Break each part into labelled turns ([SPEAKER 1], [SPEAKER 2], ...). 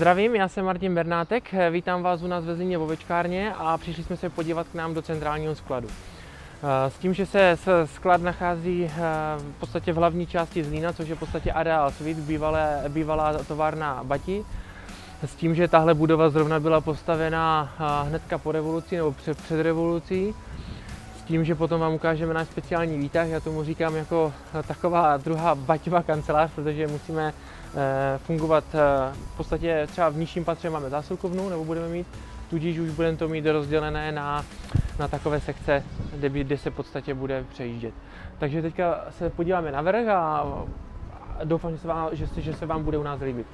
[SPEAKER 1] Zdravím, já jsem Martin Bernátek, vítám vás u nás ve Zlíně v ovečkárně a přišli jsme se podívat k nám do centrálního skladu. S tím, že se sklad nachází v podstatě v hlavní části Zlína, což je v podstatě areál Svit, bývalá továrna Bati. S tím, že tahle budova zrovna byla postavena hnedka po revoluci nebo před revolucí. S tím, že potom vám ukážeme náš speciální výtah, já tomu říkám jako taková druhá Baťova kancelář, protože musíme fungovat v podstatě třeba v nižším patře máme zásilkovnu, nebo budeme mít, tudíž už budeme to mít rozdělené na takové sekce, kde se v podstatě bude přejíždět. Takže teďka se podíváme na vrch a doufám, že se vám bude u nás líbit.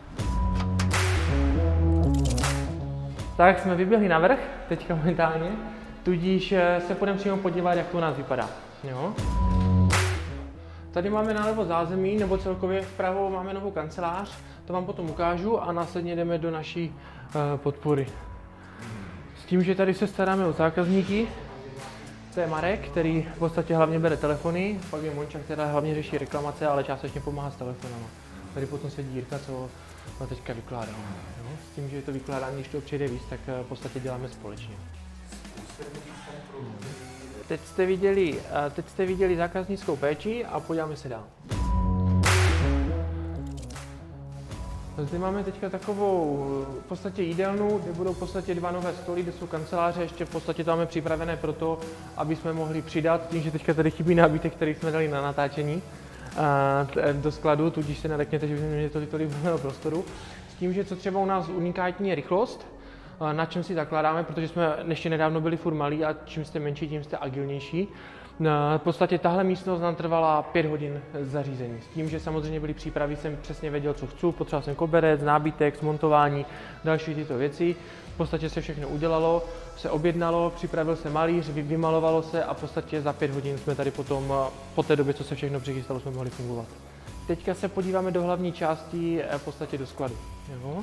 [SPEAKER 1] Tak jsme vyběhli na vrch, teďka momentálně, tudíž se půjdeme přímo podívat, jak to u nás vypadá. Jo? Tady máme nalevo zázemí, nebo celkově vpravo máme novou kancelář, to vám potom ukážu a následně jdeme do naší podpory. S tím, že tady se staráme o zákazníky, to je Marek, který v podstatě hlavně bere telefony, pak je Monča, která hlavně řeší reklamace, ale částečně pomáhá s telefonama. Tady potom sedí Jirka, co teďka vykládá. Jo? S tím, že to vykládání, když to přijde víc, tak v podstatě děláme společně. Teď jste viděli zákaznickou péči a podíváme se dál. Zde máme teďka takovou v podstatě jídelnu, kde budou v podstatě dva nové stoly, kde jsou kanceláře, ještě v podstatě to máme připravené pro to, aby jsme mohli přidat, tím, že teďka tady chybí nábytek, který jsme dali na natáčení do skladu, tudíž se nelekněte, že bychom měli tolik volného prostoru. S tím, že co třeba u nás unikátní je rychlost, na čem si zakládáme, protože jsme ještě nedávno byli furt malí a čím jste menší, tím jste agilnější. V podstatě tahle místnost nám trvala 5 hodin zařízení. S tím, že samozřejmě byly přípravy, jsem přesně věděl, co chci, potřeboval jsem koberec, nábytek, smontování, další tyto věci. V podstatě se všechno udělalo, se objednalo, připravil se malíř, vymalovalo se a v podstatě za 5 hodin jsme tady potom, po té době, co se všechno přichystalo, jsme mohli fungovat. Teďka se podíváme do hlavní části, v podstatě do skladu. Jo?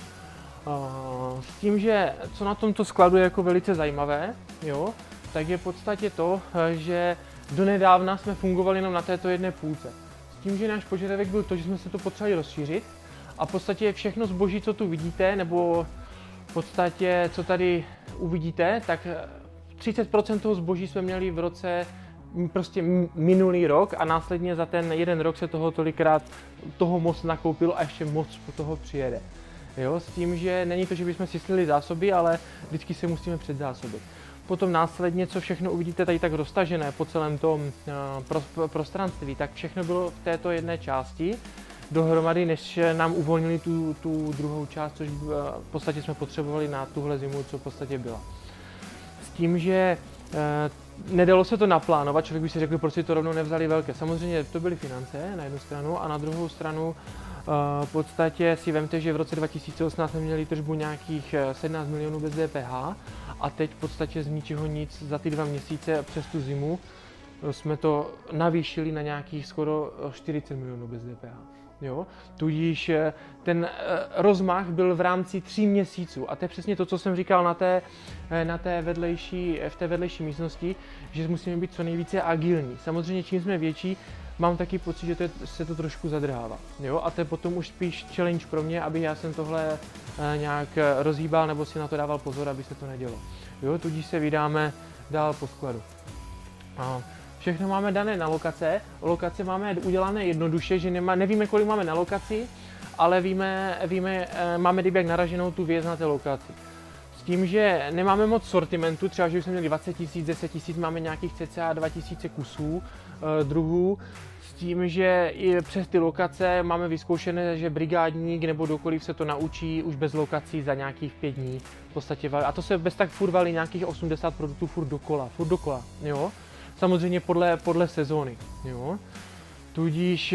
[SPEAKER 1] S tím, že co na tomto skladu je jako velice zajímavé, jo, tak je v podstatě to, že donedávna jsme fungovali jenom na této jedné půlce. S tím, že náš požadavek byl to, že jsme se to potřebovali rozšířit a v podstatě všechno zboží, co tu vidíte, nebo v podstatě, co tady uvidíte, tak 30% toho zboží jsme měli v roce prostě minulý rok a následně za ten jeden rok se toho moc nakoupilo a ještě moc toho přijede. Jo, s tím, že není to, že bychom si slili zásoby, ale vždycky se musíme předzásobit. Potom následně, co všechno uvidíte tady tak roztažené po celém tom prostranství, tak všechno bylo v této jedné části dohromady, než nám uvolnili tu druhou část, což v podstatě jsme potřebovali na tuhle zimu, co v podstatě byla. S tím, že nedalo se to naplánovat, člověk by si řekl, proč si to rovnou nevzali velké. Samozřejmě to byly finance na jednu stranu a na druhou stranu v podstatě si vemte, že v roce 2018 jsme měli tržbu nějakých 17 milionů bez DPH a teď v podstatě z ničeho nic za ty 2 měsíce přes tu zimu jsme to navýšili na nějakých skoro 40 milionů bez DPH. Jo? Tudíž ten rozmach byl v rámci 3 měsíců a to je přesně to, co jsem říkal v té vedlejší místnosti, že musíme být co nejvíce agilní. Samozřejmě čím jsme větší, mám taky pocit, že se to trošku zadrhává. Jo? A to je potom už spíš challenge pro mě, aby já jsem tohle nějak rozhýbal nebo si na to dával pozor, aby se to nedělo. Jo? Tudíž se vydáme dál po skladu. Všechno máme dané na lokace. Lokace máme udělané jednoduše, že nevíme, kolik máme na lokaci, ale máme jak naraženou tu věc na té lokaci. S tím, že nemáme moc sortimentu, třeba že už jsme měli 20 000, 10 000, máme nějakých cca 2000 kusů druhů. S tím, že i přes ty lokace máme vyzkoušené, že brigádník nebo kdokoliv se to naučí už bez lokací za nějakých 5 dní. V podstatě a to se bez tak furt valí nějakých 80 produktů furt dokola, jo? Samozřejmě podle sezóny, jo? Tudíž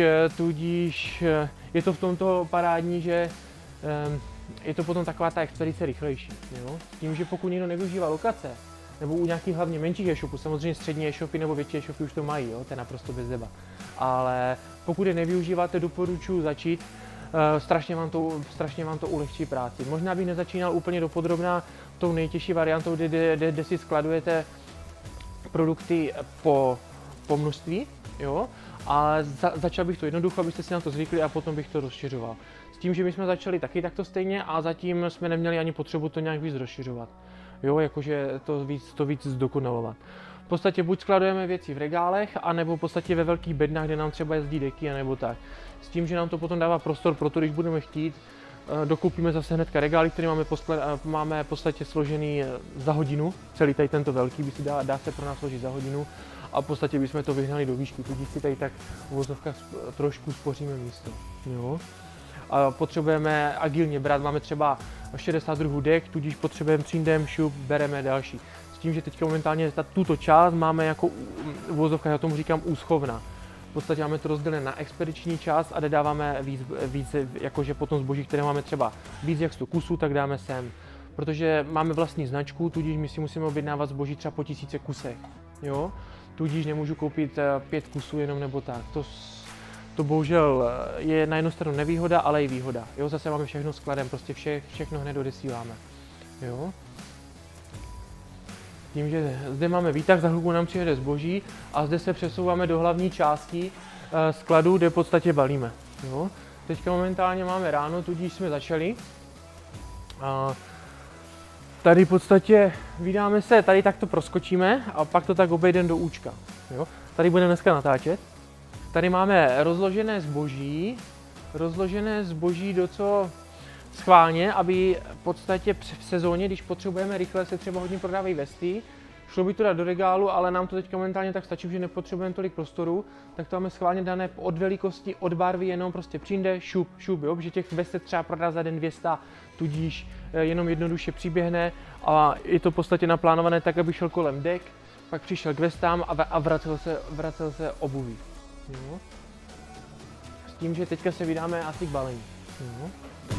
[SPEAKER 1] je to v tomto parádní, že je to potom taková ta expedice rychlejší, jo? S tím, že pokud někdo nevyužívá lokace, nebo u nějakých hlavně menších e-shopů, samozřejmě střední e-shopy nebo větší e-shopy už to mají, jo? To je naprosto bez debat. Ale pokud je nevyužíváte, doporučuji začít, strašně vám to ulehčí práci. Možná bych nezačínal úplně dopodrobna tou nejtěžší variantou, kde si skladujete produkty po množství, jo? Ale začal bych to jednoducho, abyste si na to zvykli a potom bych to rozšiřoval. S tím, že my jsme začali taky takto stejně a zatím jsme neměli ani potřebu to nějak víc rozšiřovat. Jo, jakože to víc zdokonalovat. V podstatě buď skladujeme věci v regálech, anebo v podstatě ve velkých bednách, kde nám třeba jezdí deky, nebo tak. S tím, že nám to potom dává prostor pro to, když budeme chtít, dokoupíme zase hnedka regály, které máme v podstatě složený za hodinu. Celý tady tento velký dá se pro nás složit za hodinu a v podstatě bychom to vyhnali do výšky, tudíž si tady tak v vozovkách trošku spoříme místo. Jo? A potřebujeme agilně brát, máme třeba 62 dek, tudíž potřebujeme přijdem, šup, bereme další. S tím, že teďka momentálně tuto část máme jako v vozovkách, já tomu říkám úschovna. V podstatě máme to rozdělené na expediční část a dáváme víc jakože potom zboží, které máme třeba víc jak 100 kusů, tak dáme sem. Protože máme vlastní značku, tudíž my si musíme objednávat zboží třeba po 1000 kusech. Jo? Tudíž nemůžu koupit 5 kusů jenom nebo tak. To bohužel je na jednu stranu nevýhoda, ale i výhoda. Jo? Zase máme všechno skladem, prostě všechno hned odesíláme. Jo? Tím, že zde máme výtah, za chvilku nám přijede zboží a zde se přesouváme do hlavní části skladu, kde v podstatě balíme. Jo? Teďka momentálně máme ráno, tudíž jsme začali. Tady v podstatě vydáme se, tady takto proskočíme a pak to tak obejdeme do účka. Jo? Tady budeme dneska natáčet. Tady máme rozložené zboží docela schválně, aby v podstatě v sezóně, když potřebujeme rychle, se třeba hodně prodávají vesty, šlo by to dát do regálu, ale nám to teď momentálně tak stačí, že nepotřebujeme tolik prostoru, tak to máme schválně dané od velikosti, od barvy, jenom prostě přijde, šup, jo, že těch vest se třeba prodá za den 200, tudíž jenom jednoduše přiběhne a je to v podstatě naplánované tak, aby šel kolem dek, pak přišel k vestám a vracel se obuví. Jo. S tím, že teďka se vydáme asi k balení. Jo.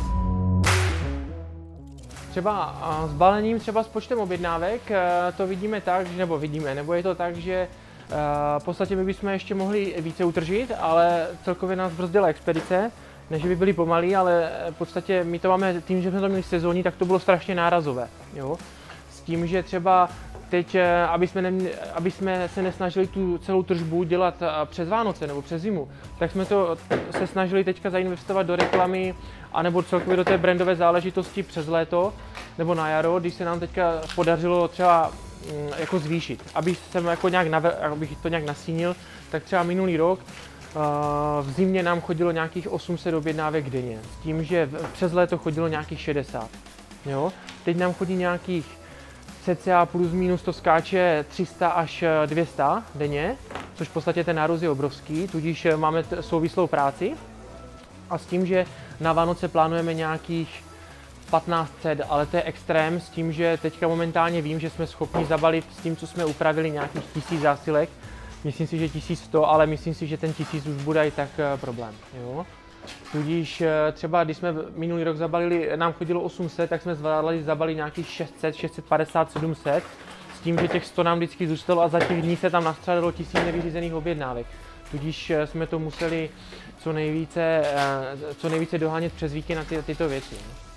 [SPEAKER 1] Třeba s balením, třeba s počtem objednávek, to vidíme tak, nebo je to tak, že v podstatě my bychom ještě mohli více utržit, ale celkově nás brzdila expedice, ne že by byly pomalý, ale v podstatě my to máme tím, že jsme to měli sezónní, tak to bylo strašně nárazové. Jo? S tím, že třeba teď, aby jsme se nesnažili tu celou tržbu dělat přes Vánoce nebo přes zimu, tak jsme to se snažili teďka zainvestovat do reklamy anebo celkově do té brandové záležitosti přes léto nebo na jaro, když se nám teďka podařilo třeba jako zvýšit. Abych to nějak nasínil, tak třeba minulý rok v zimě nám chodilo nějakých 800 objednávek denně, s tím, že přes léto chodilo nějakých 60. Jo? Teď nám chodí nějakých cca plus minus to skáče 300 až 200 denně, což v podstatě ten nárůst je obrovský, tudíž máme souvislou práci. A s tím, že na Vánoce plánujeme nějakých 1500, ale to je extrém, s tím, že teďka momentálně vím, že jsme schopni zabalit s tím, co jsme upravili, nějakých 1000 zásilek. Myslím si, že 1100, ale myslím si, že ten 1000 už bude i tak problém. Jo? Tudíž třeba, když jsme minulý rok zabalili, nám chodilo 800, tak jsme zvládli zabalit nějakých 600, 650, 700. S tím, že těch 100 nám vždycky zůstalo a za těch dní se tam nastřádalo 1000 nevyřízených objednávek. Tudíž jsme to museli co nejvíce dohánět přes víkend na tyto věci.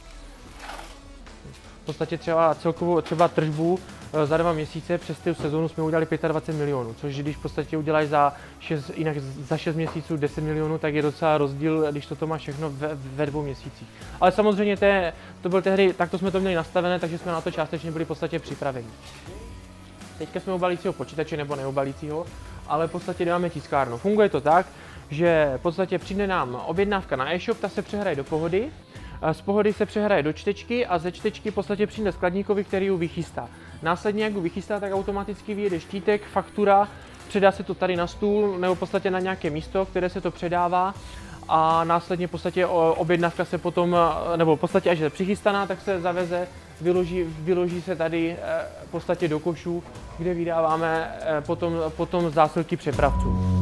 [SPEAKER 1] V podstatě třeba tržbu za 2 měsíce přes tu sezónu jsme udělali 25 milionů, což když v podstatě uděláš za 6 měsíců 10 milionů, tak je docela rozdíl, když to má všechno ve 2 měsících. Ale samozřejmě to byl tehdy, takto jsme to měli nastavené, takže jsme na to částečně byli v podstatě připraveni. Teďka jsme u balícího počítače nebo neubalícího, ale v podstatě dáme tiskárnu. Funguje to tak, že v podstatě přijde nám objednávka na e-shop, ta se přehraje do Pohody, z Pohody se přehraje do čtečky a ze čtečky v podstatě přijde skladníkovi, který ji vychystá. Následně, jak ji vychystá, tak automaticky vyjede štítek, faktura, předá se to tady na stůl nebo v podstatě na nějaké místo, které se to předává a následně v podstatě objednávka se potom, nebo v podstatě až je přichystaná, tak se zaveze, vyloží se tady v podstatě do košů, kde vydáváme potom zásilky přepravců.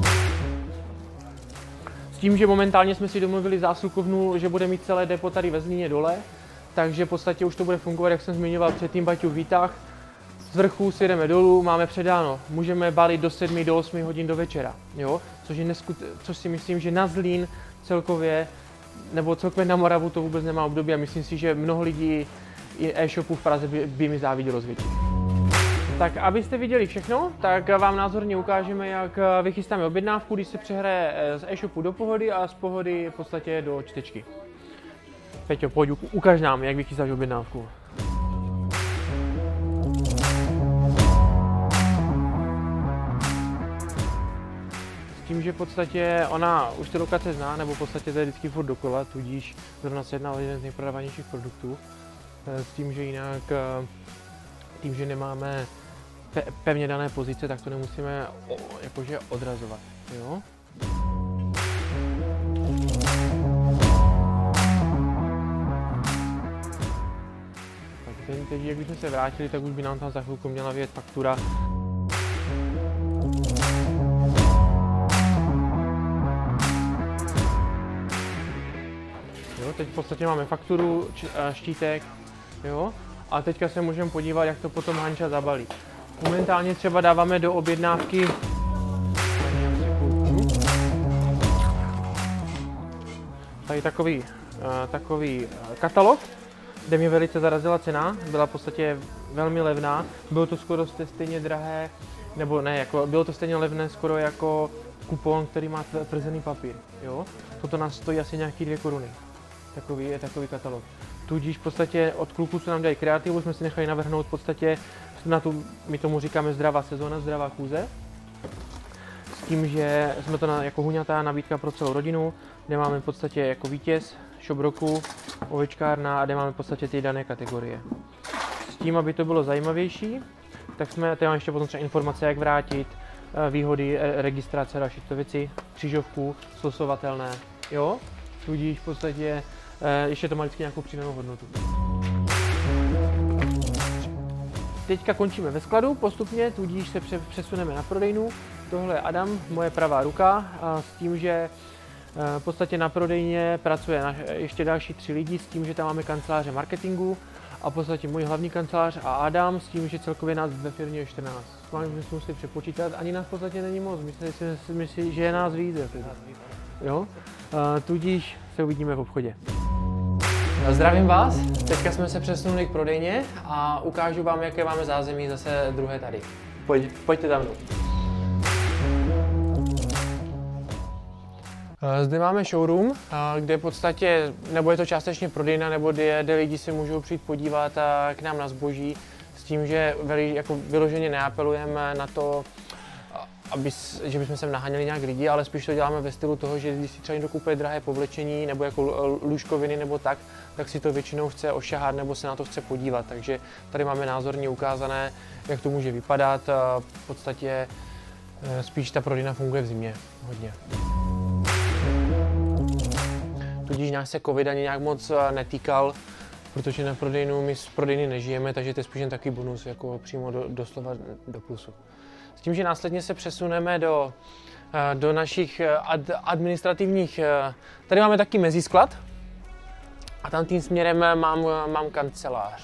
[SPEAKER 1] S tím, že momentálně jsme si domluvili zásilkovnu, že bude mít celé depo tady ve Zlíně dole, takže v podstatě už to bude fungovat, jak jsem zmiňoval předtím, Baťův výtah. Z vrchu si jdeme dolů, máme předáno, můžeme balit do 7 do 8 hodin do večera, jo? Což si myslím, že na Zlín celkově na Moravu to vůbec nemá období a myslím si, že mnoho lidí i e-shopů v Praze by mi závidělo zvětšit. Tak abyste viděli všechno, tak vám názorně ukážeme, jak vychystáme objednávku, když se přehraje z e-shopu do Pohody a z Pohody v podstatě do čtečky. Peťo, pojď, ukaž nám, jak vychystáš objednávku. S tím, že v podstatě ona už ty lokace zná, nebo v podstatě to je vždycky furt dokola, tudíž zrovna se jedná o jeden z nejprodávanějších produktů. S tím, že jinak, tím, že nemáme pevně dané pozice, tak to nemusíme jakože odrazovat. Jo? Tak teď, jak bychom se vrátili, tak už by nám tam za chvilku měla vyjet faktura. Jo, teď v podstatě máme fakturu, štítek, jo? A teďka se můžeme podívat, jak to potom Hanča zabalí. Momentálně třeba dáváme do objednávky tady takový katalog, kde mě velice zarazila cena, byla v podstatě velmi levná, bylo to skoro stejně drahé, nebo ne, jako, bylo to stejně levné skoro jako kupon, který má tvrzený papír, jo? Toto nás stojí asi nějaký 2 koruny, takový katalog. Tudíž v podstatě od kluků, co nám dělají kreativu, jsme si nechali navrhnout v podstatě na tu, my tomu říkáme zdravá sezóna, zdravá chůze. S tím, že jsme to jako huňatá nabídka pro celou rodinu, kde máme v podstatě jako vítěz, shop roku, ovečkárna a kde máme v podstatě ty dané kategorie. S tím, aby to bylo zajímavější, tak jsme, tady mám ještě potom třeba informace, jak vrátit, výhody, registrace, další to věci, křižovku, slosovatelné, jo? Tudíž v podstatě ještě to má vždycky nějakou přidanou hodnotu. Teďka končíme ve skladu postupně, tudíž se přesuneme na prodejnu. Tohle je Adam, moje pravá ruka, s tím, že v podstatě na prodejně pracuje ještě další 3 lidi, s tím, že tam máme kanceláře marketingu a v podstatě můj hlavní kancelář a Adam, s tím, že celkově nás ve firmě je 14. Jsme si museli přepočítat, ani nás v podstatě není moc, myslím, že je nás víc. Jo? Tudíž se uvidíme v obchodě. Zdravím vás, teďka jsme se přesunuli k prodejně a ukážu vám, jaké máme zázemí zase druhé tady. Pojďte za mnou. Zde máme showroom, kde v podstatě, nebo je to částečně prodejna, nebo kde lidi si můžou přijít podívat k nám na zboží, s tím, že jako vyloženě neapelujeme na to, že bychom sem naháněli nějak lidi, ale spíš to děláme ve stylu toho, že když si třeba někdo kupuje drahé povlečení nebo jako lůžkoviny nebo tak si to většinou chce ošahat nebo se na to chce podívat. Takže tady máme názorně ukázané, jak to může vypadat. V podstatě spíš ta prodejna funguje v zimě hodně. Tudíž nás se covid ani nějak moc netýkal, protože na prodejnu my z prodejny nežijeme, takže to je spíš jen takový bonus, jako přímo doslova do plusu. S tím, že následně se přesuneme do našich administrativních, tady máme taky mezisklad a tam tím směrem mám kancelář.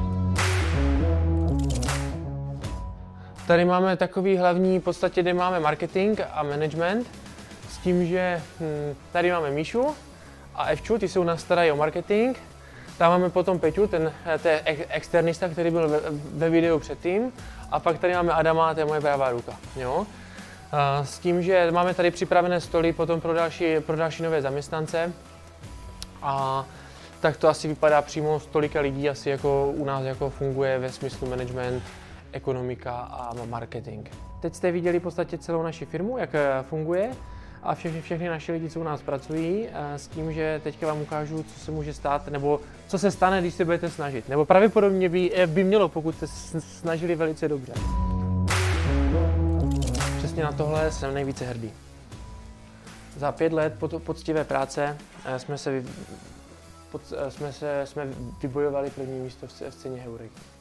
[SPEAKER 1] Tady máme takový hlavní, v podstatě, kde máme marketing a management, s tím, že tady máme Míšu a Evču, ty se u nás starají o marketing. Tam máme potom Peťu, ten je externista, který byl ve videu předtím. A pak tady máme Adama, to je moje pravá ruka. Jo? S tím, že máme tady připravené stoly potom pro další nové zaměstnance. A tak to asi vypadá přímo z tolika lidí, asi jako u nás jako funguje ve smyslu management, ekonomika a marketing. Teď jste viděli v podstatě celou naši firmu, jak funguje. A všechny naši lidi, co u nás pracují, s tím, že teďka vám ukážu, co se může stát, nebo co se stane, když se budete snažit. Nebo pravděpodobně by mělo, pokud jste snažili velice dobře. Přesně na tohle jsem nejvíce hrdý. Za 5 let poctivé práce jsme vybojovali první místo v ceně Heurek.